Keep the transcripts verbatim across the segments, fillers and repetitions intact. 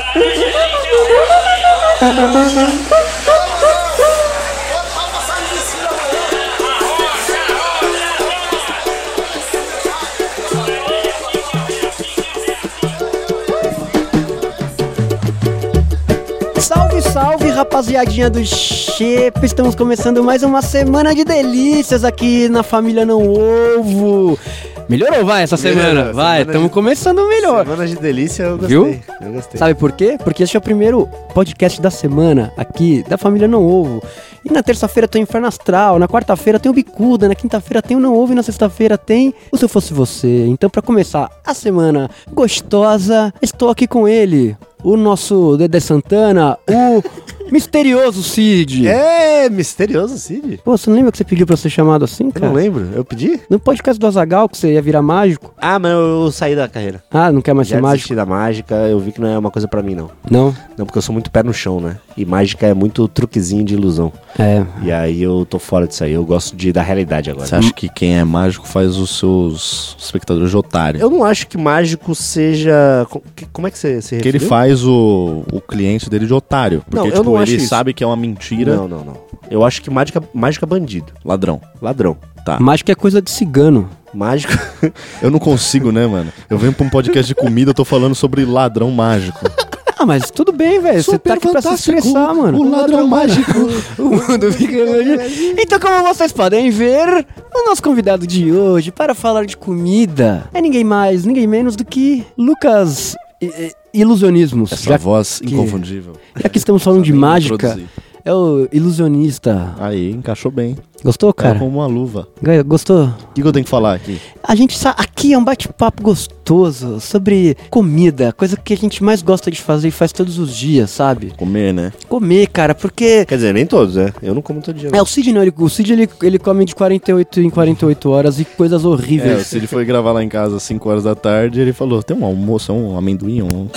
Salve, salve, rapaziadinha do Xepa. Estamos começando mais uma semana de delícias aqui na Família Não Ovo. Melhorou, vai, essa semana. Melhorou, vai, estamos de... começando melhor. Semana de delícia, eu gostei. Viu? Eu gostei. Sabe por quê? Porque esse é o primeiro podcast da semana aqui da Família Não Ovo. E na terça-feira tem o Inferno Astral, na quarta-feira tem o Bicuda, na quinta-feira tem o Não Ovo e na sexta-feira tem o Se Eu Fosse Você. Então, pra começar a semana gostosa, estou aqui com ele, o nosso Dedé Santana, o misterioso Cid. É, misterioso Cid. Pô, você não lembra que você pediu pra ser chamado assim, cara? Eu não lembro, eu pedi? No podcast do Azaghal, que você ia virar mágico. Ah, mas eu saí da carreira. Ah, não quer mais Já ser mágico? desisti da mágica, eu vi que não é uma coisa pra mim, não. Não? Não, porque eu sou muito pé no chão, né? E mágica é muito truquezinho de ilusão. É. E aí eu tô fora disso aí, eu gosto de, da realidade agora. Você acha que quem é mágico faz os seus espectadores de otário? Eu não acho que mágico seja... Como é que você se referiu? Que ele faz o, o cliente dele de otário. Porque, não, eu tipo, não acho ele isso. sabe que é uma mentira. Não, não, não. Eu acho que mágica, mágica é bandido. Ladrão. Ladrão. Tá. Mágico é coisa de cigano. Mágico... Eu não consigo, né, mano? Eu venho pra um podcast de comida, eu tô falando sobre ladrão mágico. Ah, mas tudo bem, velho. Você tá aqui pra se estressar, mano. O ladrão mágico. O mundo fica... Então, como vocês podem ver, o nosso convidado de hoje para falar de comida é ninguém mais, ninguém menos do que Lucas I- Ilusionismos. Essa voz que... inconfundível. Já que estamos falando de Sabendo mágica, introduzir. é o ilusionista. Aí, encaixou bem. Gostou, cara? É como uma luva. Gostou? O que, que eu tenho que falar aqui? A gente sa... Aqui é um bate-papo gostoso sobre comida, coisa que a gente mais gosta de fazer e faz todos os dias, sabe? Comer, né? Comer, cara, porque... Quer dizer, nem todos, né? Eu não como todo dia. Não. É, o Cid não, ele, o Cid ele, ele come de quarenta e oito em quarenta e oito horas e coisas É, horríveis. se ele foi gravar lá em casa às cinco horas da tarde, ele falou, tem um almoço, um amendoim, um...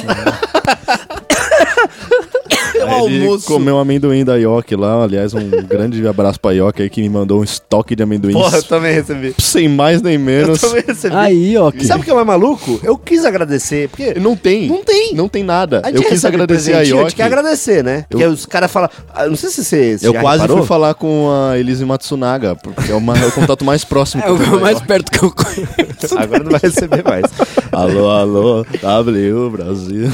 Aí ele almoço. comeu um amendoim da Yoki lá, aliás, um grande abraço pra Yoki aí que me mandou um estoque de amendoins. Porra, eu também recebi. Sem mais nem menos. Eu também recebi. Aí, ó. E sabe o que é mais maluco? Eu quis agradecer, porque... Não tem. Não tem. Não tem nada. A gente Eu quis recebe agradecer a presentinho, Yoki. A gente quer agradecer, né? Eu- Porque os caras falam... ah, Não sei se você, você Eu já quase reparou. fui falar com a Elise Matsunaga, porque é, uma- é o contato mais próximo É que eu tenho o da mais Yoki. perto que eu conheço. Agora não vai receber mais. Alô, alô, W Brasil.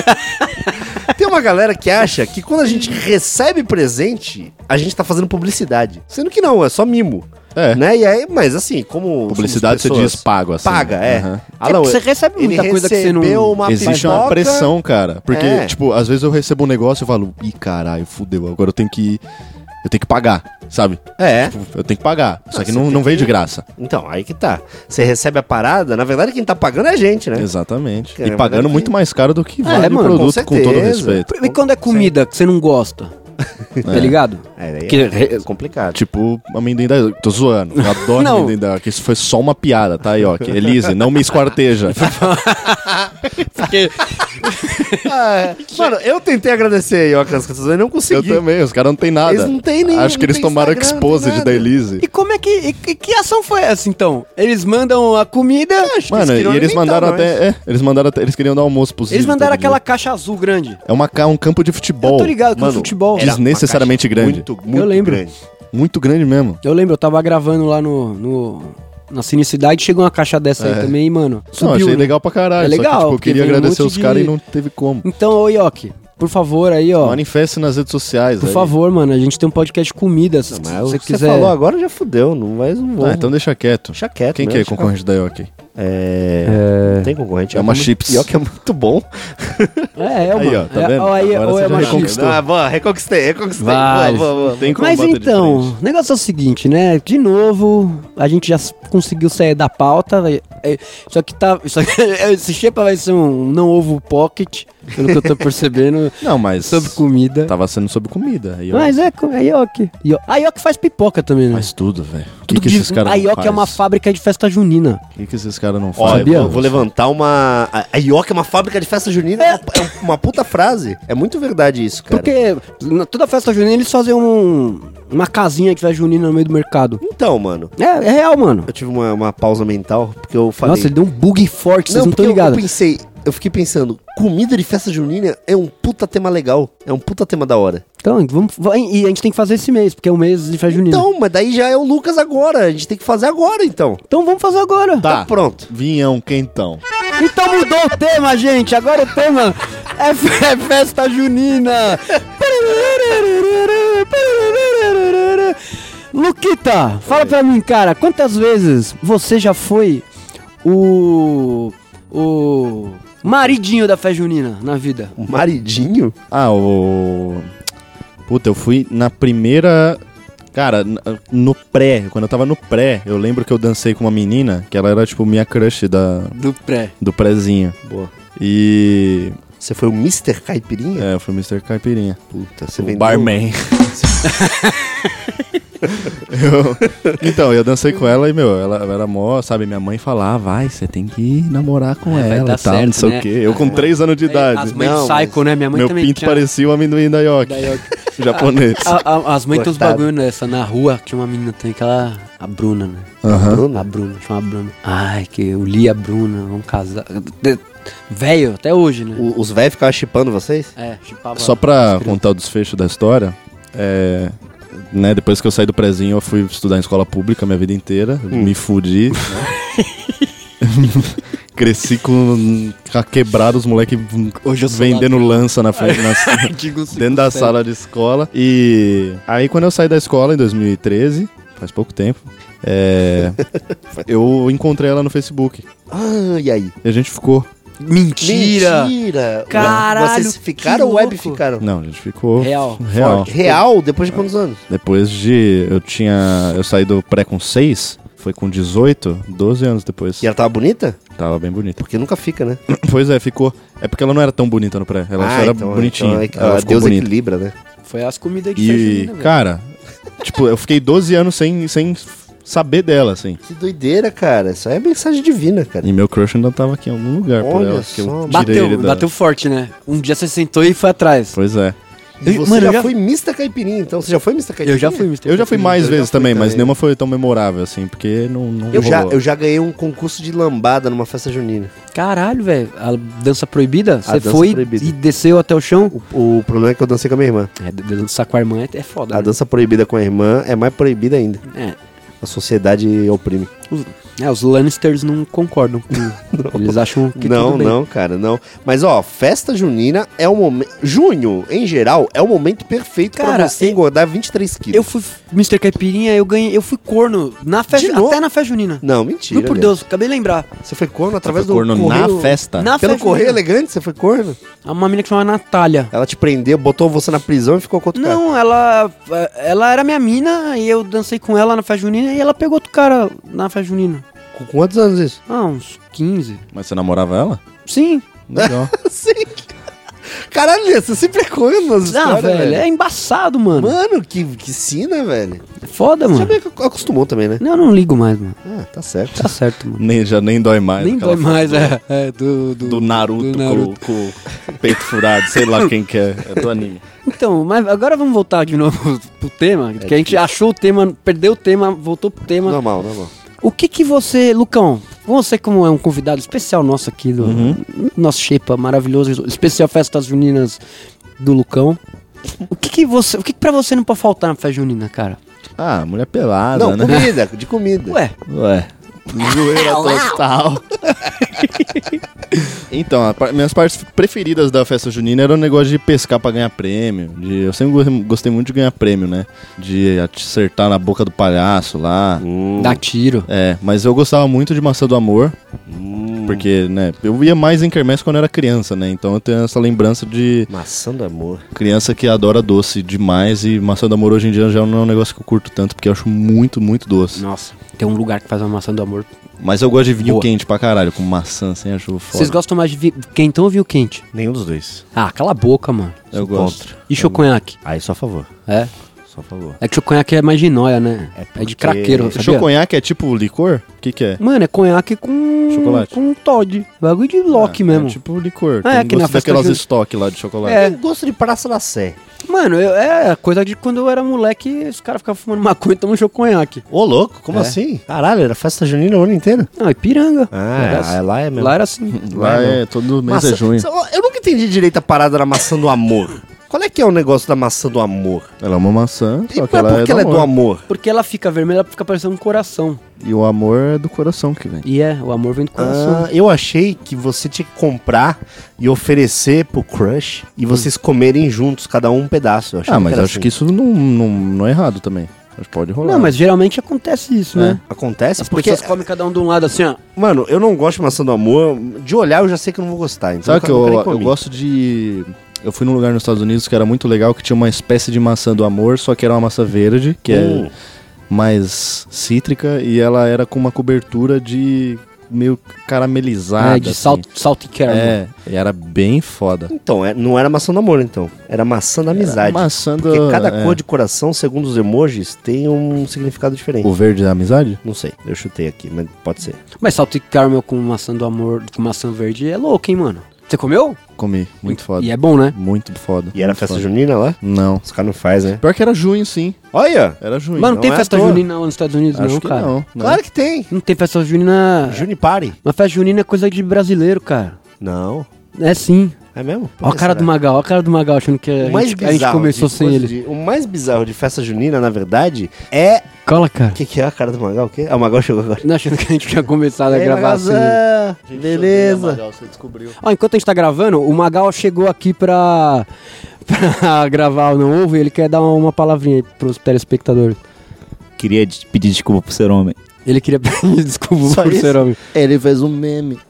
Tem uma galera que acha que quando a gente recebe presente, a gente tá fazendo publicidade. Sendo que não, é só mimo. É. Né? E aí, mas assim, como... Publicidade você somos pessoas- diz pago, assim. Paga, é. Aham. Ah, É não, porque você recebe ele muita coisa que você não- recebeu uma Existe pipoca, uma pressão, cara. Porque, É. tipo, às vezes eu recebo um negócio e falo, ih, caralho, fudeu, agora eu tenho que... Eu tenho que pagar, sabe? É. Tipo, eu tenho que pagar. Só Ah, que você não, tem não veio que- de graça. Então, aí que tá. Você recebe a parada, na verdade quem tá pagando é a gente, né? Exatamente. Que é E pagando verdade muito que- mais caro do que É, vale mano, o produto, com com, todo certeza. respeito. E quando é comida que você não gosta? Tá ligado? É, daí Que- é complicado. Tipo, amendoim da... Tô zoando. Eu adoro Não. amendoim da... Que isso foi só uma piada, tá, Yoki? Elise, não me esquarteja. Porque... Ah, é. Mano, eu tentei agradecer aí, ó, as coisas, eu não Eu consegui. também, os caras não tem nada. Eles não têm nem- Acho que não eles tem tomaram Instagram, exposed não tem da nada. Elise. E como é que... E, e que ação foi essa, então? Eles mandam a comida... Mano, queriam e eles alimentar mandaram nós. até... É, eles mandaram até... Eles queriam dar almoço pros Eles filhos mandaram todo aquela dia. caixa azul grande. É uma, ca- um campo de futebol. Eu tô ligado com Mano, futebol. era uma Desnecessariamente caixa grande. Muito, muito Eu lembro. grande. Muito grande mesmo. Eu lembro, eu tava gravando lá no... no... Na Cinecidade chegou uma caixa dessa É. aí também, e, mano. Subiu, Não, achei né? legal pra caralho. É Só legal, que, tipo, eu porque queria vem um agradecer monte os caras de- e não teve como. Então, ô Yoki, por favor aí, ó. Manifeste nas redes sociais. Por aí. favor, mano, a gente tem um podcast de comida. Se Não, mas o você que você quiser. falou agora já fudeu, não, mas não vou. Ah, então deixa quieto. Deixa quieto. Quem né? que é Deixa concorrente da Yoki? É... Não tem concorrente. É uma muito- chips. Pior que é muito bom. É, é, Aí, mano. ó, tá É, vendo? ó, aí, Agora ou você é já uma reconquistou. chips. Ah, boa, reconquistei, reconquistei. Vai. Boa, boa, boa. Tem como Mas bater de então, frente. o negócio é o seguinte, né? De novo, a gente já s- conseguiu sair da pauta. é- é- Só que tá. Só que esse Xepa vai ser um não ovo pocket, pelo que eu tô percebendo, Não, mas... sobre comida. Tava sendo sobre comida. Aí, ó, Mas é, co- é Yoki. Yo- A Yoki faz pipoca também, né? Faz tudo, velho. O que, Tudo que de- esses caras A não Yoki é uma faz? fábrica de festa junina. O que, que esses caras não Ó, fazem? Sabia? eu vou levantar uma... A a Ioki é uma fábrica de festa junina, é, uma, é uma puta frase. É muito verdade isso, cara. Porque na- toda festa junina eles fazem um, uma casinha de festa junina no meio do mercado. Então, mano, É, é real, mano. eu tive uma, uma pausa mental, porque eu falei... Nossa, ele deu um bug forte, vocês não porque estão eu- ligados. Eu pensei, eu fiquei pensando, comida de festa junina é um puta tema legal. É um puta tema da hora. Então, vamos, e a gente tem que fazer esse mês, porque é o mês de festa junina. Então, mas daí já é o Lucas agora. A gente tem que fazer agora, então. Então vamos fazer agora. Tá, Tá pronto. Vinhão quentão. Então mudou o tema, gente. Agora o tema é, fe- é festa junina. Luquita, fala pra mim, cara, quantas vezes você já foi o o maridinho da festa junina na vida? O maridinho? Ah, o... Puta, eu fui na primeira... Cara, n- no pré, quando eu tava no pré, eu lembro que eu dancei com uma menina, que ela era, tipo, minha crush da, Do pré. do prézinho. Boa. E... Você foi o mister Caipirinha? É, eu fui o mister Caipirinha. Puta, você O vendeu... barman. Eu- Então, eu dancei com ela e, meu, ela, ela era mó, sabe? Minha mãe falava, ah, vai, você tem que namorar com É, vai ela dar e tal, certo, não sei né? o quê. Eu com As três anos de idade. As mães Não, do Psycho, né? Minha mãe Meu também pinto tinha... parecia o amendoim da Yoki, da Yoki. japonês. A- a- as mães tem uns Cortado. bagulho nessa, na rua, tinha uma menina também, aquela... A Bruna, né? Aham. Bruna? A Bruna, chama a Bruna. Ai, que eu li a Bruna, vamos casar. De- Velho, até hoje, né? O- Os velhos ficavam chipando vocês? É, chipava... Só pra contar o desfecho da história, é, né, depois que eu saí do prézinho, eu fui estudar em escola pública a minha vida inteira, me fudi, né? Cresci com com a quebrada, os moleques Hoje eu sou vendendo ladrão. lança na frente, na, Digo sim, dentro da sério. sala de escola. E aí quando eu saí da escola em dois mil e treze, faz pouco tempo, é, eu encontrei ela no Facebook. Ah, e aí? E a gente ficou. Mentira! Mentira! Caralho, Vocês ficaram ou que web louco. ficaram? Não, a gente ficou. Real. Real. Real? Depois de quantos anos? Depois de. Eu tinha. Eu saí do pré com seis, foi com dezoito, doze anos depois. E ela tava bonita? Tava bem bonita. Porque nunca fica, né? Pois é, ficou. É porque ela não era tão bonita no pré. Ela só era bonitinha. Então, ela é, ficou Deus bonita. equilibra, né? Foi as comidas de festa E, junina, velho. cara, tipo, eu fiquei doze anos sem, sem saber dela, assim. Que doideira, cara. Isso aí é mensagem divina, cara. E meu crush ainda tava aqui em algum lugar por Olha ela. Que eu só. tirei Bateu, ele da... bateu forte, né? Um dia você sentou e foi atrás. Pois é. E Eu- você mano, já, eu já- foi mister Caipirinha, então? Você já foi mister Caipirinha? Eu já fui, mister Eu já fui Caipirinha. mais eu já vezes fui também, mas também. nenhuma foi tão memorável, assim, porque não, não Eu já, rolou. eu já ganhei um concurso de lambada numa festa junina. Caralho, velho. A dança proibida? Você dança foi proibida. e desceu até o chão? O, o problema é que eu dancei com a minha irmã. É, dançar com a irmã é, é foda, A né? dança proibida com a irmã é mais proibida ainda. É. A sociedade oprime. Os, é, os Lannisters não concordam com Eles acham que não, tudo bem. não, cara, não. Mas, ó, festa junina é o momento... Junho, em geral, é o momento perfeito Cara, pra você eu- engordar vinte e três quilos. Eu fui mister Caipirinha, eu ganhei, eu fui corno na festa, De novo? até na festa junina. Não, mentira. Juro por velho. Deus, acabei de lembrar. Você foi corno através Foi do corno correio... na festa. Na Pelo festa correio junina. elegante, você foi corno? Uma menina que chamava Natália. Ela te prendeu, botou você na prisão e ficou com outro cara. Não, ela ela era minha mina e eu dancei com ela na festa junina e ela pegou outro cara na festa junina. Com quantos anos isso? Ah, uns quinze. Mas você namorava ela? Sim. Legal. Sim. Caralho, você sempre é corno nas Ah, histórias, velho, é embaçado, mano. Mano, que, que sina, velho. É foda, Você já mano. meio que acostumou também, né? Não, eu não ligo mais, mano. Ah, tá certo. Tá certo, mano. nem, já nem dói mais. Nem aquela dói foto mais, do, é. é do, do, Do Naruto, do Naruto. Com, com o peito furado, sei lá quem que é. É do anime. Então, mas agora vamos voltar de novo pro tema, porque a gente difícil. achou o tema, perdeu o tema, voltou pro tema. Normal, normal. O que que você, Lucão, você como é um convidado especial nosso aqui, do Uhum. nosso Xepa maravilhoso, especial Festas Juninas do Lucão, o que que você, o que que pra você não pode faltar na festa junina, cara? Ah, mulher pelada, Não, né? comida, de comida. Ué, Ué. Zoeira total. Então, a par- minhas partes preferidas da festa junina era o negócio de pescar pra ganhar prêmio. De, eu sempre go- gostei muito de ganhar prêmio, né? De acertar na boca do palhaço lá. Hum, dá tiro. É, mas eu gostava muito de Maçã do Amor, hum. porque, né, eu ia mais em quermesse quando eu era criança, né? Então eu tenho essa lembrança de Maçã do amor. criança que adora doce demais, e Maçã do Amor hoje em dia já não é um negócio que eu curto tanto, porque eu acho muito, muito doce. Nossa, tem um lugar que faz uma maçã do amor. Mas eu gosto de vinho Boa. quente pra caralho, com maçã, assim, acho foda. Vocês gostam mais de vi- quentão ou vinho quente? Nenhum dos dois. Ah, cala a boca, mano. Eu Sou gosto. contra. E choconhaque? Aí sou a favor. É? sou a favor. É que o conhaque é mais de noia, né? É É, porque- de craqueiro, Show sabia? conhaque é tipo licor? O que que é? Mano, é conhaque com... Chocolate. Com Todd. Bagulho de Loki Ah, mesmo. É tipo licor. É, Tem que na gosto festa daquelas jun- estoque lá de chocolate. É. Tem gosto de Praça da Sé. Mano, eu- é coisa de quando eu era moleque, os caras ficavam fumando maconha e tomando show conhaque. Ô, louco, como É. assim? Caralho, era festa junina o ano inteiro? Não, Ipiranga. Ah, Era é, assim. lá é mesmo. Lá era assim. Lá é todo mês Maçã- é junho. Eu nunca entendi direito a parada da maçã do amor. Qual é que é o negócio da maçã do amor? Ela é uma maçã, E só por que ela, que é, do ela é do amor. amor? Porque ela fica vermelha, ela fica parecendo um coração. E o amor é do coração que vem. E é, o amor vem do coração. Ah, eu achei que você tinha que comprar e oferecer pro crush e vocês comerem juntos, cada um um pedaço. Eu achei Ah, mas era acho assim. que isso não, não, não é errado também. Acho que pode rolar. Não, mas geralmente acontece isso, É. né? Acontece As porque, pessoas comem cada um de um lado assim, ó. mano, eu não gosto de maçã do amor. De olhar eu já sei que eu não vou gostar. Então Sabe que nunca eu, nem eu comi. gosto de... Eu fui num lugar nos Estados Unidos que era muito legal, que tinha uma espécie de maçã do amor, só que era uma maçã verde, que Hum. é mais cítrica, e ela era com uma cobertura de meio caramelizada. É, de assim. salt, salty caramel. É, e era bem foda. Então, é- não era maçã do amor, então. Era maçã da amizade. Era maçã do... Porque cada é. cor de coração, segundo os emojis, tem um significado diferente. O verde da amizade? Não sei, eu chutei aqui, mas pode ser. Mas salty caramel com maçã do amor, com maçã verde é louco, hein, mano? Você comeu? Comi, muito foda. E é bom, né? Muito foda. E era muito festa foda. junina lá? Não. Os caras não fazem, né? Pior que era junho, sim. Olha! Era junho. Mas não, não tem é festa à toa. junina lá nos Estados Unidos, Acho não, que cara. não. né? Claro que tem. Não tem festa junina. Junipare. Uma festa junina é coisa de brasileiro, cara. Não. É sim. É mesmo? Por Ó a que cara será? do Magal, ó a cara do Magal achando que a O mais gente, a gente bizarro começou de sem coisa ele. de- o mais bizarro de festa junina, na verdade, é... Cola, cara. O que, que é a cara do Magal? O quê? Ah, o Magal chegou agora. Não achando que a gente tinha começado a Ei, gravar assim. Magalzão! Beleza. Você descobriu. Ó, enquanto a gente tá gravando, o Magal chegou aqui pra, pra gravar o Não Ovo e ele quer dar uma, uma palavrinha aí pros telespectadores. Queria de- pedir desculpa pro ser homem. Ele queria pedir desculpa Só por isso? ser homem. Ele fez um meme.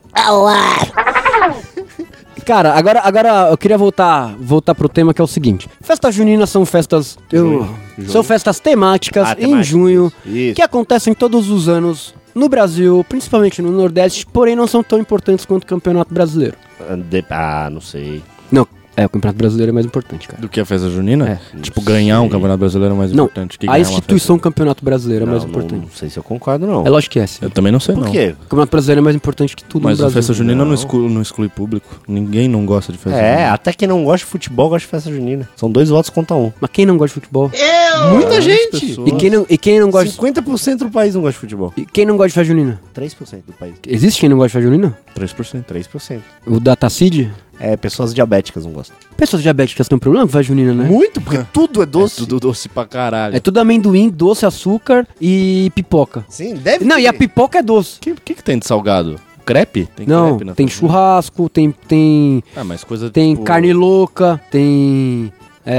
Cara, agora, agora eu queria voltar, voltar pro tema que é o seguinte. Festas juninas são festas... eu- Junho, junho. São festas temáticas Ah, em temáticas, junho, Isso. que acontecem todos os anos no Brasil, principalmente no Nordeste, porém não são tão importantes quanto o Campeonato Brasileiro. Ah, de- Ah, não sei. Não, é, o Campeonato Brasileiro é mais importante, cara. Do que a festa junina? É. Tipo, ganhar um sei. campeonato brasileiro é mais Não, importante que a ganhar uma instituição Campeonato Brasileiro é Não, mais não, importante. não sei se eu concordo, não. É lógico que é, sim. festa. Eu também não sei, Por não. quê? O Campeonato Brasileiro é mais importante que tudo Mas no a Brasil. festa junina não, Não. exclui, não exclui público. Ninguém não gosta de festa É, junina. até quem não gosta de futebol gosta de festa junina. São dois votos contra um. Mas quem não gosta de futebol? Muita Várias gente! pessoas. E quem não, e quem não gosta de, cinquenta por cento do país não gosta de futebol. e quem não gosta de festa junina? três por cento do país. Existe quem não gosta de festa junina? três por cento. três por cento. O Datacid? É, pessoas diabéticas não gostam. Pessoas diabéticas têm um problema com festa junina, né? Muito, porque tudo é doce. É tudo doce pra caralho. É tudo amendoim, doce, açúcar e pipoca. Sim, deve Não, ter. e a pipoca é doce. O que, que, que tem de salgado? Crepe? Tem Não, crepe na tem festa junina? churrasco, tem, tem, Ah, mas coisa tem tipo... carne louca, tem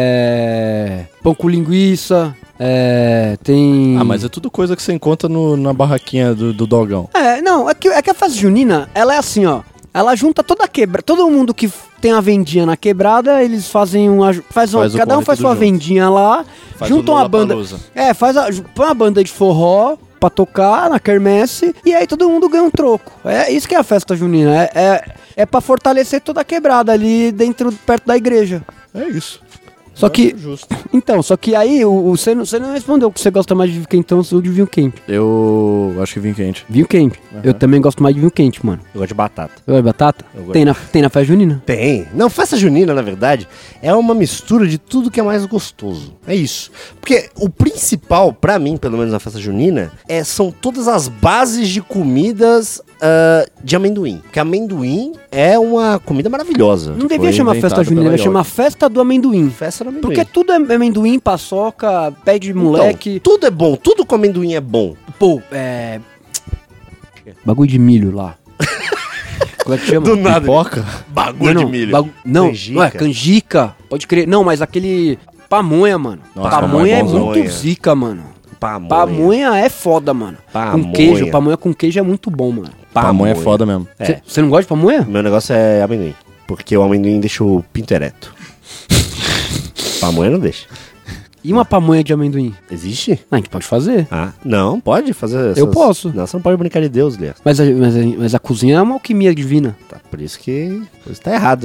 é, pão com linguiça, é, tem... Ah, mas é tudo coisa que você encontra no- na barraquinha do, do dogão. É, não, é que, é que a festa junina, ela é assim, ó. Ela junta toda a quebra, todo mundo que f- tem a vendinha na quebrada, eles fazem uma, faz um, Faz o cada um corre faz tudo sua junto. vendinha lá, Faz junta o uma banda, Lollapalooza. é, faz a, ju- põe uma banda de forró pra tocar na quermesse e aí todo mundo ganha um troco. É isso que é a festa junina, é, é, é pra fortalecer toda a quebrada ali dentro, perto da igreja. É isso. Só Eu que, acho justo. então, só que aí o, o- você, não, você não respondeu que você gosta mais de quentão ou de vinho quente. Eu acho que vinho quente. Vinho quente. Aham. Eu também gosto mais de vinho quente, mano. Eu gosto de batata. Eu gosto de batata? Eu gosto. Tem na, tem na festa junina? Tem. Não, festa junina, na verdade, é uma mistura de tudo que é mais gostoso. É isso. Porque o principal, pra mim, pelo menos na festa junina, é, são todas as bases de comidas ah, de amendoim. Porque amendoim é uma comida maravilhosa. Não devia Foi chamar festa inventado junina, pela devia chamar festa do amendoim. Festa do amendoim. Porque tudo é amendoim, paçoca, pé de moleque. Então, tudo é bom, tudo com amendoim é bom. Pô, é. Bagulho de milho lá. Como é que chama? Do nada. Pipoca? Bagulho não, de milho. bagu- Não, Canjica. não é canjica. Pode crer. Não, mas aquele. Pamonha, mano. Nossa, pamonha pamonha é é bom. muito Pamonha. zica, mano. Pamonha. Pamonha é foda, mano. Pamonha. Com queijo, pamonha com queijo é muito bom, mano. Pamonha é foda mesmo. É. Você não gosta de pamonha? Meu negócio é amendoim. Porque o amendoim deixa o pinto ereto. Pamonha não deixa. E uma pamonha de amendoim? Existe? Ah, a gente pode fazer. Ah, não, pode fazer. Eu posso. Não, você não pode brincar de Deus, Lias. Mas a, mas, a, mas a cozinha é uma alquimia divina. Tá, por isso que. Por isso tá errado, né?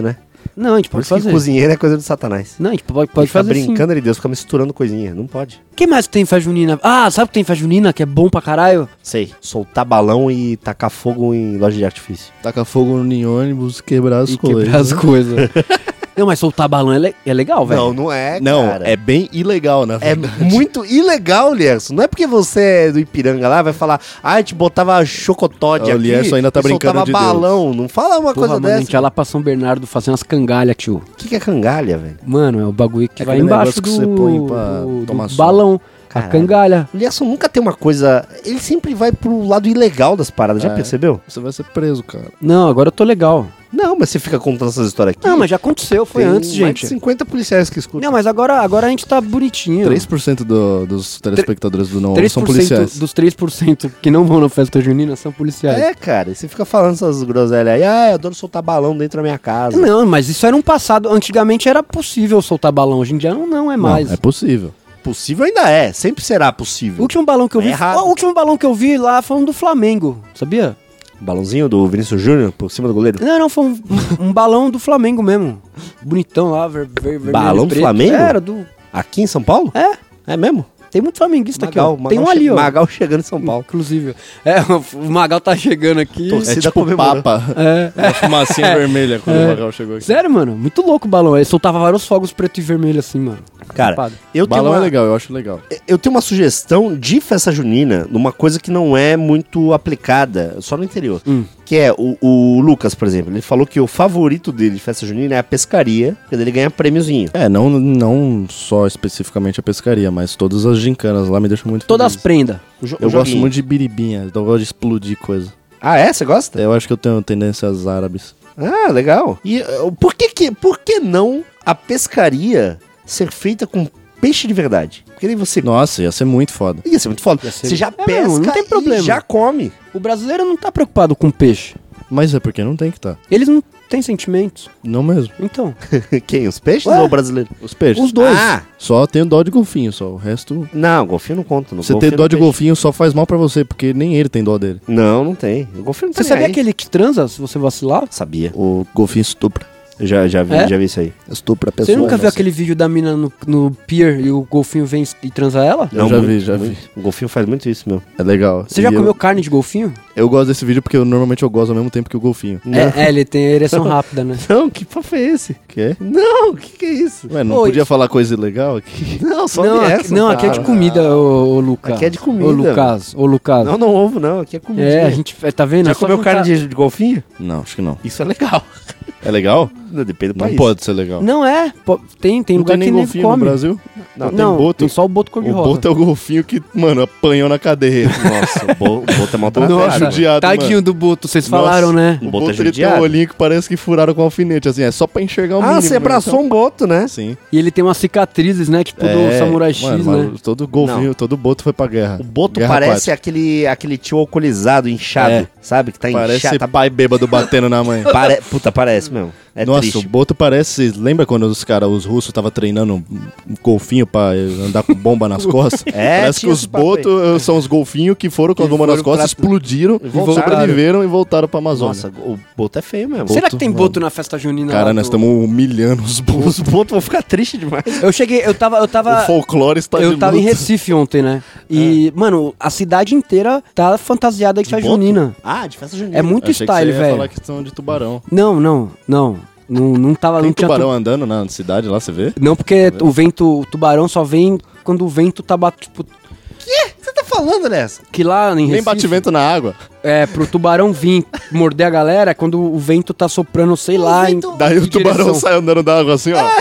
Não, a gente Por pode isso que fazer. cozinheiro é coisa do satanás. Não, a gente pode, pode Fica fazer sim. brincando de Deus, fica misturando coisinha. Não pode. O que mais tem em festa junina? Ah, sabe o que tem em festa junina que é bom pra caralho? Sei. Soltar balão e tacar fogo em loja de artifício. Tacar fogo em ônibus, quebrar as E coisas. quebrar as coisas. Não, mas soltar balão é, le- é legal, velho. Não, não é, Não, cara. é bem ilegal, na É verdade. muito ilegal, Lierson. Não é porque você é do Ipiranga lá, vai falar, ah, a gente botava chocotote O aqui. Lierson ainda tá e brincando soltava de balão. Não fala uma Porra, coisa mano, a gente dessa. ia lá pra São Bernardo fazer umas cangalhas, tio. O que, que é cangalha, velho? Mano, é o bagulho que É vai aquele embaixo do, negócio que você põe pra do- tomar do sol. balão. Caralho. A cangalha. O Lierson nunca tem uma coisa... Ele sempre vai pro lado ilegal das paradas, já É. percebeu? Você vai ser preso, cara. Não, agora eu tô legal. Não, mas você fica contando essas histórias aqui. Não, mas já aconteceu, foi Tem antes, mais gente. de cinquenta policiais que escutam. Não, mas agora, agora a gente tá bonitinho. três por cento do, dos telespectadores do Não três são por cento policiais. dos três por cento que não vão na festa junina são policiais. É, cara, e você fica falando essas groselhas aí, ah, eu adoro soltar balão dentro da minha casa. Não, mas isso era um passado. Antigamente era possível soltar balão, hoje em dia não, não é mais. Não, é possível. Possível ainda é, sempre será O possível. último balão que eu É vi. errado. O último balão que eu vi lá foi um do Flamengo, sabia? Balãozinho do Vinícius Júnior por cima do goleiro. Não, não, foi um, um- um balão do Flamengo mesmo. Bonitão lá, ver, ver, vermelho Balão e do preto. Flamengo? Era do. Aqui em São Paulo? É, É mesmo? tem muito flamenguista Magal, aqui, ó. Tem um Magal ali, che- ó. Magal chegando em São Paulo. Inclusive. É, o Magal tá chegando aqui. Torcida É tipo comemorando. papa. É. Uma fumacinha vermelha quando É. o Magal chegou aqui. Sério, mano, muito louco o balão. Ele soltava vários fogos preto e vermelho assim, mano. Cara, Safado. eu tenho, Balão uma, é legal, eu acho legal. eu tenho uma sugestão de festa junina numa coisa que não é muito aplicada, só no interior. Hum. Que é o, o Lucas, por exemplo. Ele falou que o favorito dele de festa junina é a pescaria, porque ele ganha prêmiozinho. É, não, não só especificamente a pescaria, mas todas as gincanas lá me deixam muito Todas as feliz. prendas. O jo- Eu o gosto joguinho. muito de biribinha, eu gosto de explodir coisa. Ah, é? Você gosta? Eu acho que eu tenho tendências árabes. Ah, legal. E uh, por que que, por que não a pescaria ser feita com peixe de verdade? Porque aí você... Nossa, ia ser muito foda. Ia ser muito foda. Ia ser- Você já É, pesca não, não tem e problema. já come. O brasileiro não tá preocupado com peixe. Mas é porque não tem que estar. Eles não têm sentimentos. Não mesmo. Então, Quem? Os peixes Ué? ou o brasileiro? Os peixes. os dois. Ah, Só tenho dó de golfinho, só. O resto. não, golfinho não conta. Não. Você Golfinho ter dó não de peixe. golfinho só faz mal pra você, porque nem ele tem dó dele. Não, não tem. O golfinho não Você tá sabia nem aí. aquele que transa se você vacilar? Sabia. O golfinho estupra. Eu já, já, vi, É? já vi isso aí. Estupra a Você pessoa. nunca viu nossa. aquele vídeo da mina no, no pier e o golfinho vem e transa ela? Eu já muito, vi, já muito. vi. O golfinho faz muito isso, meu. É legal. Você já E comeu eu, carne de golfinho? eu gosto desse vídeo porque eu, normalmente eu gosto ao mesmo tempo que o golfinho. É, é, ele tem ereção rápida, né? Não, que papo é esse? Que? Não, o que, que é isso? Ué, não Oi. podia falar coisa ilegal aqui? Não, só Não, dessa, aqui, não, aqui é de cara. comida, ô, ô Lucas. Aqui é de comida. Ô Lucas, ô Lucas. Não, não ovo, não. Aqui é comida. É, a gente, tá vendo? Já É só comeu juntar- carne de, de golfinho? Não, acho que não. Isso é legal. É legal? Não, depende do Não país. pode ser legal. Não é, pô, tem, tem Não lugar tem nem que nem golfinho no come. Brasil? Não, tem Não, boto. tem só o boto O cor-de-rosa. boto é o golfinho que, mano, apanhou na cadeia. Nossa, o bo- o boto é maltratado. Nossa, mano. judiado, tadinho mano. do boto, vocês Nossa. falaram, né? O O boto boto é ele tem judiado. um olhinho que parece que furaram com alfinete, assim, é só pra enxergar o mínimo. Ah, você abraçou um boto, né? né? Sim. E ele tem umas cicatrizes, né? Tipo É, do Samurai X, mano, né? mas todo golfinho, todo boto foi pra guerra. O boto Guerra parece aquática. aquele, aquele tio alcoolizado, inchado, É. sabe? Que tá Parece inchado. Tá... pai bêbado batendo na mãe. Pare... Puta, parece, meu. É Nossa, triste. o boto parece... Lembra quando os caras, os russos, estavam treinando um golfinho pra andar com bomba nas costas? É, Parece que tinha os esse papo botos eh, são os golfinhos que foram com Que as bombas nas foram costas, pra- explodiram, E voltaram. sobreviveram e voltaram pra Amazônia. Nossa, o boto é feio mesmo. Será boto, que tem mano. boto na festa junina? Cara, lá nós do- estamos humilhando os botos. Os botos vão ficar tristes demais. Eu cheguei, eu tava, eu tava... O folclore está Eu de tava em luto. Recife ontem, né? E, mano, a cidade inteira tá fantasiada de festa boto? junina. Ah, de festa junina. É muito Achei style, que você ia velho. falar que são de tubarão. Não, não, não. Não, não tava... Tem não tinha tubarão tu- andando na cidade lá, você vê? Não, porque o vento, o tubarão só vem quando o vento tá batendo, tipo... Você tá falando nessa? Que lá em Nem Recife... bate vento na água. É, pro tubarão vir morder a galera é quando o vento tá soprando, sei lá, em... Daí o em tubarão direção. sai andando da água assim, ó.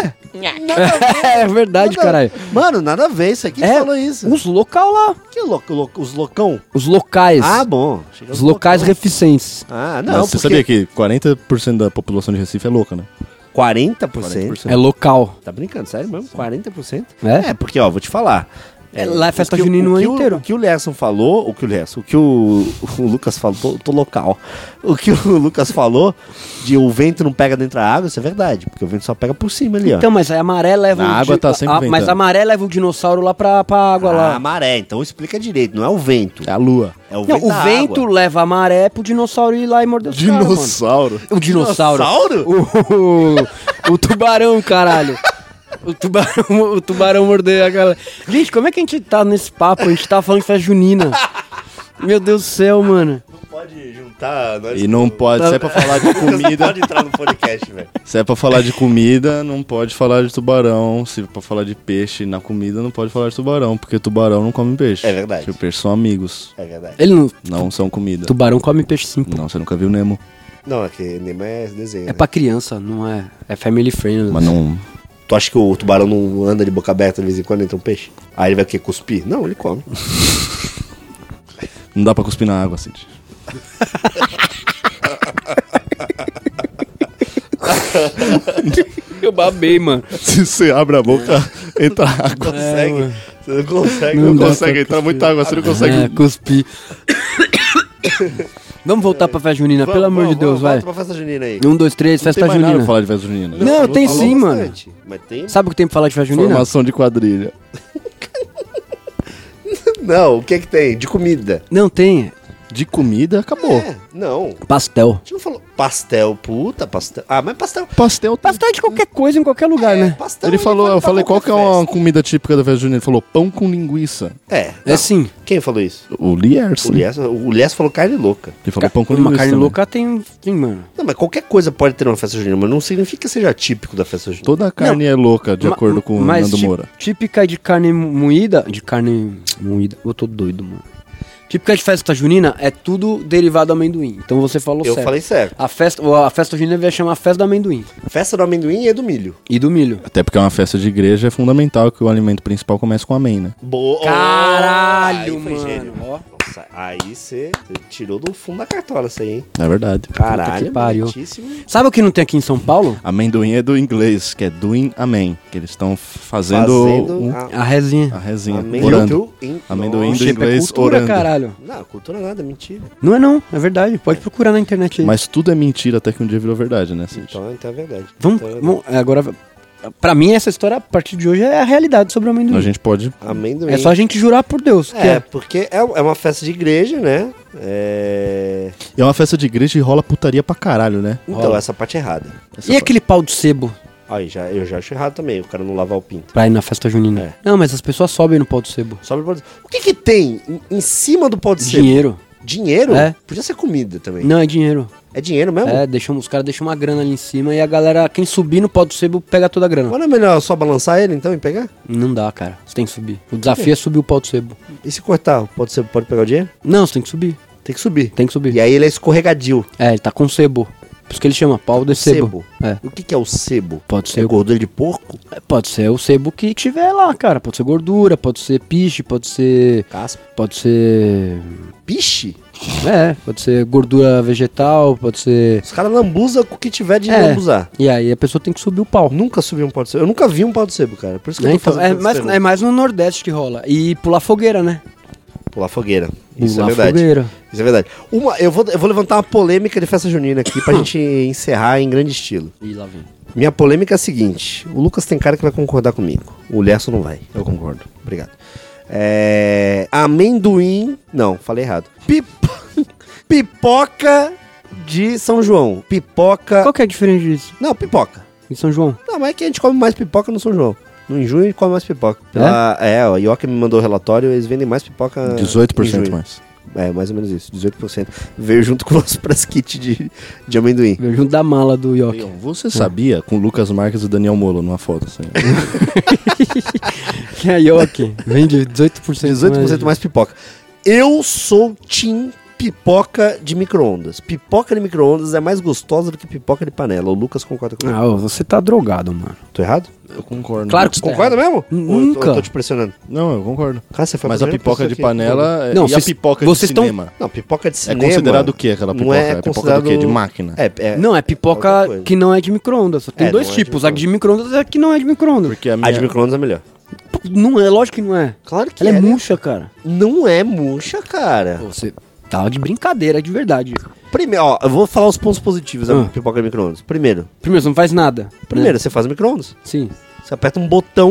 É verdade, Nada- caralho. Mano, nada a ver isso aqui. Quem É, falou isso? os local lá. Que louco, louco, os loucão? Os locais. Ah, bom. Chega os os locais loucão. reficentes. Ah, não, Mas você porque sabia que quarenta por cento da população de Recife é louca, né? quarenta por cento? quarenta por cento. É local. Tá brincando, sério mesmo? quarenta por cento? É? É, porque, ó, vou te falar. É, lá é festa o que o- junina o o que ano o- inteiro. O que o Lerson falou, o que o Lerson, o que o, o Lucas falou, tô, tô local. O que o Lucas falou de o vento não pega dentro da água, isso é verdade, porque o vento só pega por cima ali, ó. Então, mas aí a maré leva Na o... água di- tá sempre a- ventando. Mas a maré leva o dinossauro lá pra, pra água Ah, lá. a maré, então explica direito, não é o vento, É a lua. é o Não, vento o da vento água. leva a maré pro dinossauro ir lá e morder os caras, mano. Dinossauro. O dinossauro. Dinossauro? O, O tubarão, caralho. O tubarão, o tubarão mordeu a galera. Gente, como é que a gente tá nesse papo? A gente tá falando de festa junina. Meu Deus do céu, mano. Não pode juntar... Nós E não pode, se é pra falar de Não comida... pode entrar no podcast, velho. Se é pra falar de comida, não pode falar de tubarão. Se é pra falar de peixe na comida, não pode falar de tubarão. Porque tubarão não come peixe. É verdade. Porque peixe são amigos, É verdade. Ele não... não são comida. Tubarão come peixe sim, pô. Não, você nunca viu Nemo. Não, é que Nemo é desenho, É né? pra criança, não é... É family friendly. Mas não... Tu acha que o tubarão não anda de boca aberta de vez em quando entra um peixe? Aí ele vai o quê? Cuspir? Não, ele come. Não dá pra cuspir na água, Cid. Eu babei, mano. Se você abre a boca, entra água. Consegue? mano. Você não consegue. Não Não dá consegue pra entrar muita água, você não consegue. É, cuspi. Vamos voltar pra festa junina, pelo amor de Deus, vai. Volta pra festa junina aí. Um, dois, três, Não festa tem mais nada junina. pra falar de festa junina. Não, tem Falou sim, mano. bastante, Mas tem... Sabe o que tem pra falar de festa junina? Formação de quadrilha. Não, o que é que tem? De comida. Não, tem. De comida, acabou. É, não. Pastel. A gente não falou pastel, puta, pastel. Ah, mas pastel... Pastel tem. Pastel é de qualquer coisa, em qualquer lugar, né? pastel Ele falou, vale eu pra falei, qual qualquer que é uma festa. comida típica da festa junina? Ele falou, pão com linguiça. É, É não. sim. Quem falou isso? O Lierson. O Lies, o Lies falou carne louca. Ele falou pão com Uma linguiça carne também. louca tem, sim, mano. Não, mas qualquer coisa pode ter uma festa junina, mas não significa que seja típico da festa junina. Toda a carne é louca, de Ma- acordo com o mas Nando ti- Moura. Típica de carne moída. De carne moída. Eu tô doido, mano. Típica de festa junina é tudo derivado do amendoim. Então você falou Eu certo. falei certo. A festa, a festa junina vai chamar festa do amendoim. Festa do amendoim e do milho. E do milho. Até porque é uma festa de igreja, é fundamental que o alimento principal comece com amém, né? Boa. Caralho, Aí foi mano. gênio. Ó. Nossa, aí você tirou do fundo da cartola isso aí, hein? É verdade. Caralho, que pariu. muitíssimo. Sabe o que não tem aqui em São Paulo? Amendoim é do inglês, que é doing amém. Que eles estão fazendo, Fazendo um- a- A resinha. a resinha, Amendoim orando. em- Amendoim Nossa, do inglês, é cultura, orando. caralho. Não, cultura nada, mentira. Não é não, é verdade. Pode procurar na internet aí. Mas tudo é mentira até que um dia virou verdade, né, Cid? Então, então é verdade. Vamos, Então é vamos- é, agora, pra mim essa história a partir de hoje é a realidade sobre o amendoim. A gente pode... Amendoim. É só a gente jurar por Deus. Que É, é. porque é, é uma festa de igreja, né? É... É uma festa de igreja e rola putaria pra caralho, né? Então, Rola. essa parte é errada. Essa E pa- aquele pau de sebo Aí, já, eu já acho errado também, o cara não lavar o pinto. pra ir na festa junina? É. Não, mas as pessoas sobem no pau de sebo. Sobe o pau de... O que que tem em, em cima do pau de sebo? Dinheiro. Dinheiro? É. Podia ser comida também. Não, é dinheiro. É dinheiro mesmo? É, deixam, os caras deixam uma grana ali em cima e a galera, quem subir no pau de sebo, pega toda a grana. Mas não é melhor só balançar ele então e pegar? Não dá, cara. Você tem que subir. O desafio é subir o pau de sebo. E se cortar, pode, ser, pode pegar o dinheiro? Não, você tem que subir. Tem que subir. Tem que subir. E aí ele é escorregadio. É, ele tá com sebo. Por isso que ele chama pau de sebo. É. O que que é o sebo? Pode ser É o- gordura de porco? Pode ser o sebo que tiver lá, cara. Pode ser gordura, pode ser piche, pode ser. Caspa? Pode ser. Piche? É, pode ser gordura vegetal, pode ser. Os caras lambuzam com o que tiver de É. lambuzar. E aí a pessoa tem que subir o pau. Nunca subi um pau de sebo. Eu nunca vi um pau de sebo, cara. Por isso que Né? eu tô Então, fazendo é, todas mais, as é mais no Nordeste que rola. E pular fogueira, né? Pular fogueira. Isso Pular é verdade. fogueira. Isso é verdade. Uma, eu, vou, eu vou levantar uma polêmica de festa junina aqui pra gente encerrar em grande estilo. E lá vem. Minha polêmica é a seguinte: o Lucas tem cara que vai concordar comigo. O Lerson não vai. Eu concordo. Obrigado. É, amendoim. Não, falei errado. Pipo- Pipoca de São João. Pipoca. Qual que é a diferença disso? Não, pipoca. Em São João? Não, mas é que a gente come mais pipoca no São João. No em junho a gente come mais pipoca. Pela- É, ó, a Ioca me mandou o relatório, eles vendem mais pipoca. dezoito por em cento junho. mais. É, mais ou menos isso, dezoito por cento. Veio junto com o nosso press kit de, de amendoim. Veio junto da mala do Yoki. Leon, você sabia com o Lucas Marques e o Daniel Molo numa foto? Assim. Que é a Yoki. Vende dezoito por cento. dezoito por cento mais pipoca. Eu sou Team pipoca de micro-ondas. Pipoca de micro-ondas é mais gostosa do que pipoca de panela. O Lucas concorda comigo. Ah, ô, você tá drogado, mano. Tô errado? Eu concordo. Claro que você tá Concorda mesmo? N- Ou eu tô- nunca. Eu tô te pressionando. Não, eu concordo. Cara, você foi Mas a primeira pipoca pessoa de que- panela Não, e vocês- a pipoca vocês de tão- cinema. Não, pipoca de É cinema. considerado o que aquela não pipoca? é É pipoca considerado- do quê? De máquina? É, é, Não, é outra pipoca coisa. que não é de micro-ondas. Só tem É, dois não é de tipos. A de micro-ondas é a que não é de micro-ondas. Porque a A minha... de micro-ondas é melhor. Não é, lógico que não é. Claro que Ela é né? murcha, cara. Não é murcha, cara. Você tá de brincadeira, de verdade. Primeiro, ó, eu vou falar os pontos positivos da Ah. pipoca de micro-ondas. Primeiro, Primeiro, você não faz nada. primeiro né? você faz o micro-ondas. Sim. Você aperta um botão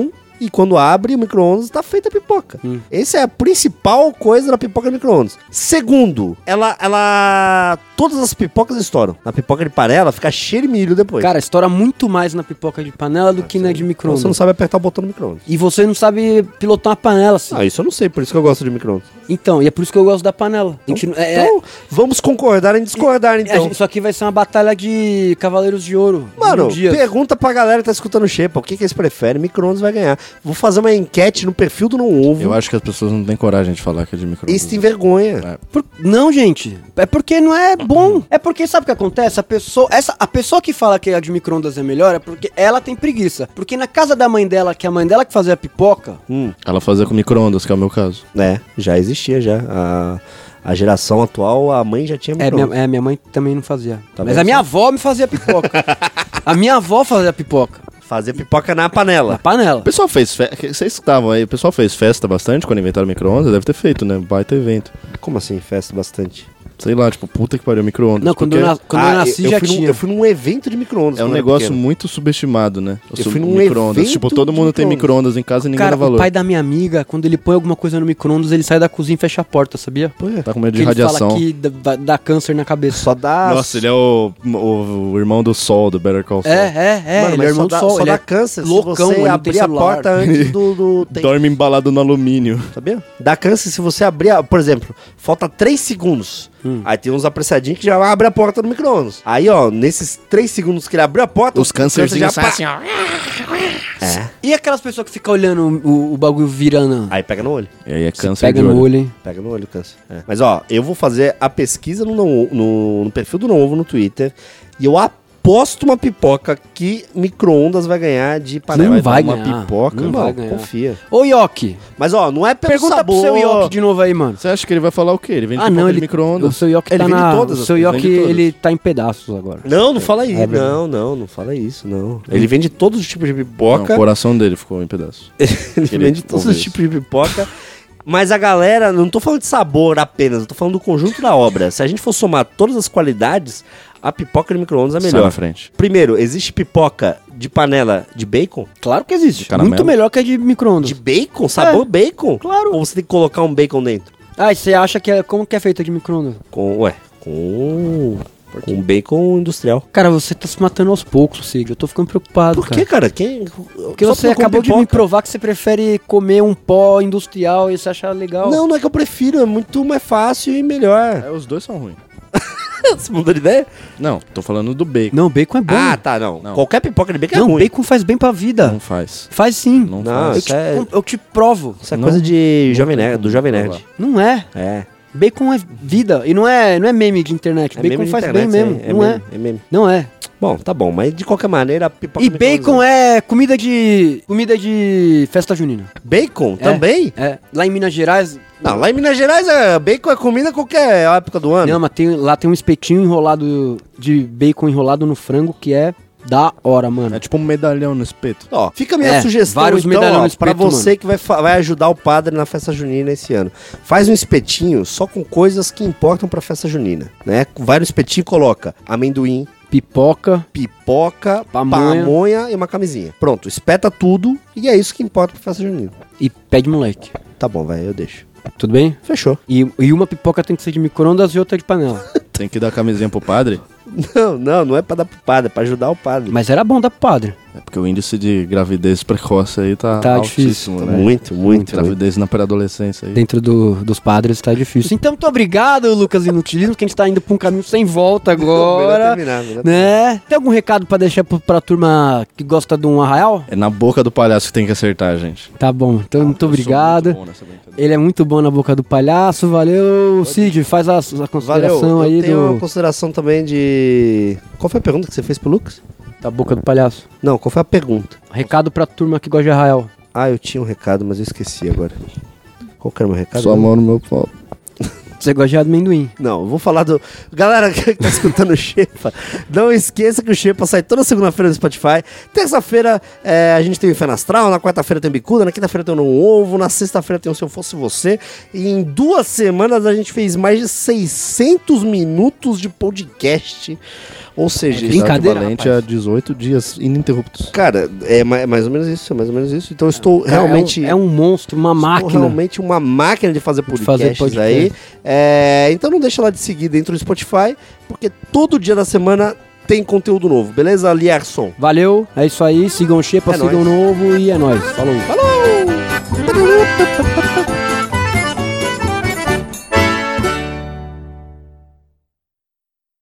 e quando abre o micro-ondas tá feita a pipoca. Hum. Essa é a principal coisa da pipoca no micro-ondas. Segundo, ela, ela... todas as pipocas estouram. Na pipoca de panela fica cheio de milho depois. Cara, estoura muito mais na pipoca de panela do que na de Então micro-ondas. você não sabe apertar o botão no micro-ondas. E você não sabe pilotar uma panela, assim. Ah, isso eu não sei, por isso que eu gosto de micro-ondas. Então, e é por isso que eu gosto da panela. A gente não- é- é- Então, vamos concordar em discordar, é, a então. gente- isso aqui vai ser uma batalha de Cavaleiros de Ouro. Mano, Um dia. pergunta pra galera que tá escutando o Xepa, o que, que eles preferem? Micro-ondas vai ganhar. Vou fazer uma enquete no perfil do Não Ovo. Eu acho que as pessoas não têm coragem de falar que é de micro-ondas. Eles têm vergonha. Por- Não, gente. É porque não é bom. É porque sabe o que acontece? A pessoa, essa, a pessoa que fala que a de micro-ondas é melhor é porque ela tem preguiça. Porque na casa da mãe dela, que é a mãe dela que fazia a pipoca, Hum, Ela fazia com micro-ondas, que é o meu caso. é, já existia já. A, a geração atual, a mãe já tinha é micro-ondas. minha, é, minha mãe também não fazia. Tá Mas vendo a minha só? avó me fazia pipoca. A minha avó fazia pipoca. Fazia pipoca na Na panela. panela. O pessoal fez festa. Vocês estavam aí, o pessoal fez festa bastante quando inventaram micro-ondas? Deve ter feito, né? Baita evento. Como assim, festa bastante? Sei lá, tipo, puta que pariu, micro-ondas. Não, quando, porque eu, nas- quando eu nasci eu, já fui num, tinha. eu fui num evento de micro-ondas. É um quando eu era negócio pequeno. muito subestimado, né? O Eu sub- fui num micro-ondas. evento Tipo, todo de mundo tem micro-ondas. micro-ondas em casa e ninguém Cara, dá valor. o pai da minha amiga, quando ele põe alguma coisa no micro-ondas, ele sai da cozinha e fecha a porta, sabia? Pô, é. Tá com medo Porque de ele radiação. fala que dá, vai- dá câncer na cabeça. Só dá... Nossa, ele é o, o, o irmão do Sol, do Better Call Saul. É, é, é. Mano, ele é mas irmão só do dá, sol. só Ele dá é câncer loucão, se ele você não tem abrir a celular. porta antes do... do tem- Dorme embalado no alumínio. Sabia? Dá câncer se você abrir, a, por exemplo, falta três segundos. Hum. Aí tem uns apressadinhos que já abrem a porta do micro-ondas. Aí, ó, nesses três segundos que ele abriu a porta, Os o câncer câncerzinhos já saem pá- assim, ó. É. E aquelas pessoas que ficam olhando o, o bagulho virando? Aí pega no olho. E aí é Você câncer pega de no olho. olho, hein? Pega no olho o câncer. É. Mas, ó, eu vou fazer a pesquisa no, no, no, no perfil do Não Ovo no Twitter. E eu aposto uma pipoca que micro-ondas vai ganhar de panela. Não dar vai uma ganhar. pipoca, Não irmão, vai ganhar. confia. Ô, Yoki, Mas, ó, não é pelo pergunta sabor. pro seu Yoki de novo aí, mano. Você acha que ele vai falar o quê? Ele vende Ah, pipoca não, de ele, o micro-ondas. seu Yoki Ele tá vende na... todas, o seu ele Yoki, vende todas. ele tá em pedaços agora. Não, não fala isso. É verdade. não, não, não fala isso, não. Ele vende todos os tipos de Não, pipoca. o coração dele ficou em pedaços. Ele Ele vende todos ouve os isso. tipos de pipoca. Mas a galera, não tô falando de sabor apenas, eu tô falando do conjunto da obra. Se a gente for somar todas as qualidades, a pipoca de micro-ondas é Sai melhor. na frente. Primeiro, existe pipoca de panela de bacon? Claro que existe. Caramelo. Muito melhor que a de micro-ondas. De bacon? Sabor É, bacon? claro. Ou você tem que colocar um bacon dentro? Ah, e você acha que é... Como que é feita de micro-ondas? Com, ué, com... Com bacon industrial. Cara, você tá se matando aos poucos, Cid. Eu tô ficando preocupado, Por cara. que, cara? Quem... Porque só você eu como acabou de me pipoca. provar que você prefere comer um pó industrial e você acha legal. Não, não é que eu prefiro, é muito mais fácil e melhor. É, os dois são ruins. Você mudou de ideia? Não, tô falando do bacon. Não, bacon é bom. Ah, tá, não. Não. Qualquer pipoca de bacon é não, ruim. bacon faz bem pra vida. Não faz. Faz sim. Não, Não, faz. eu, isso te, é- eu te provo. Isso é Não. coisa de jovem tem nerd, como do jovem provar. nerd. Não é. É. Bacon é vida. E não é, não é meme de internet. É bacon meme de faz internet, bem mesmo. é, é não meme, é. é meme. Não é. Bom, tá bom, mas de qualquer maneira a pipoca E de bacon micro-ondas é comida de. Comida de festa junina. Bacon É. também? É. Lá em Minas Gerais. Não, lá em Minas Gerais é, bacon é comida qualquer época do ano. Não, mas tem, lá tem um espetinho enrolado de bacon enrolado no frango que é da hora, mano. É tipo um medalhão no espeto. Ó, fica a minha É, sugestão vários então, medalhões ó, no espeto, pra você mano. que vai, fa- vai ajudar o padre na festa junina esse ano. Faz um espetinho só com coisas que importam pra festa junina, né? Vai no espetinho e coloca amendoim, Pipoca. pipoca, Pamonha. pamonha e uma camisinha. Pronto, espeta tudo e é isso que importa pra festa junina. E pé de moleque. Tá bom, vai, eu deixo. Tudo bem? Fechou. E, e uma pipoca tem que ser de micro-ondas e outra de panela. Tem que dar a camisinha pro padre. Não, não, não é pra dar pro padre, é pra ajudar o padre. Mas era bom dar pro padre. É porque o índice de gravidez precoce aí tá, Tá altíssimo, difícil. né? Muito, muito, muito. Gravidez na pré-adolescência aí. Dentro do- dos padres tá difícil. Então, muito obrigado, Lucas Inutilismo, que a gente tá indo pra um caminho sem volta Melhor agora. terminar, melhor Né? Tem algum recado pra deixar pro- pra turma que gosta de um arraial? É na boca do palhaço que tem que acertar, gente. Tá bom, então muito Eu sou obrigado. muito bom nessa brincadeira. Ele é muito bom na boca do palhaço. Valeu, Cid. Faz a, a consideração Valeu, eu aí tenho do, uma consideração também de... Qual foi a pergunta que você fez pro Lucas? da boca do palhaço. Não, qual foi a pergunta? Recado pra turma que gosta de arraial. Ah, eu tinha um recado, mas eu esqueci agora. Qual que era o meu recado? Sua mão no meu pau. Você gosta de amendoim. Não, eu vou falar do... Galera que tá escutando o Xepa, não esqueça que o Xepa sai toda segunda-feira no Spotify. Terça-feira é, a gente tem o Inferno Astral, na quarta-feira tem o Bicuda, na quinta-feira tem o Não Ovo, na sexta-feira tem o Se Eu Fosse Você. E em duas semanas a gente fez mais de seiscentos minutos de podcast. Ou seja, Brincadeira, equivalente rapaz. a dezoito dias ininterruptos. cara, é ma- é mais ou menos isso, é mais ou menos isso. Então eu estou Cara, realmente... É um, é um monstro, uma Estou máquina. realmente uma máquina de fazer De podcasts fazer podcast. aí. É, então não deixa lá de seguir dentro do Spotify, porque todo dia da semana tem conteúdo novo, beleza, Lierson? Valeu, é isso aí. Sigam o Xepa, É sigam o nóis. Novo e é nóis. Falou. Falou!